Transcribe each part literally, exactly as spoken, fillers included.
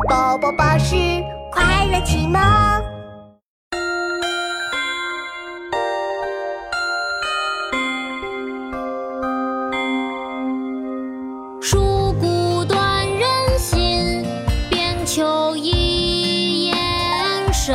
宝宝巴士快乐启蒙。 树骨断人心，边秋一雁声。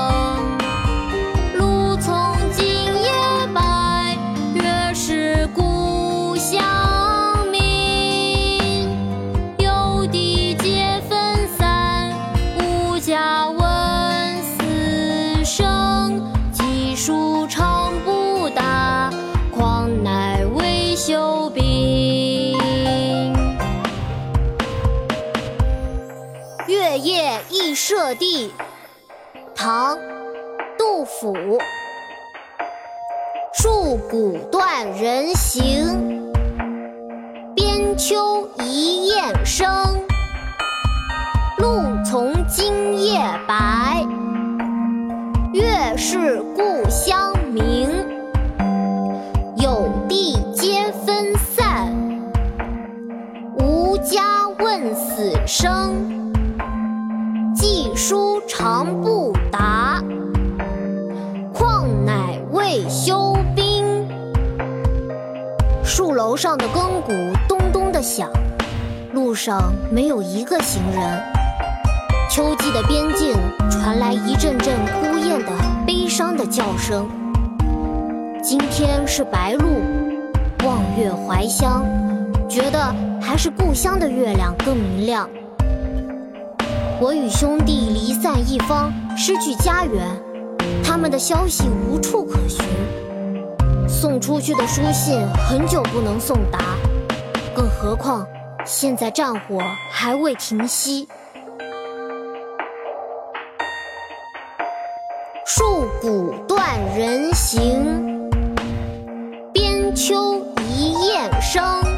露从今夜白，月是故乡明。幼弟皆分散，无家问死生。技术长不达，况乃未休兵。月夜忆舍弟，唐·杜甫。树骨断人行，边秋一雁声。露从今夜白，月是故乡明。有弟皆分散，无家问死生。技书长不达，况乃未休兵。树楼上的更鼓咚咚地响，路上没有一个行人。秋季的边境传来一阵阵孤雁的悲伤的叫声。今天是白露，望月怀乡，觉得还是故乡的月亮更明亮。我与兄弟离散一方，失去家园，他们的消息无处可寻。送出去的书信很久不能送达，更何况现在战火还未停息。树骨断人行，边秋一雁声。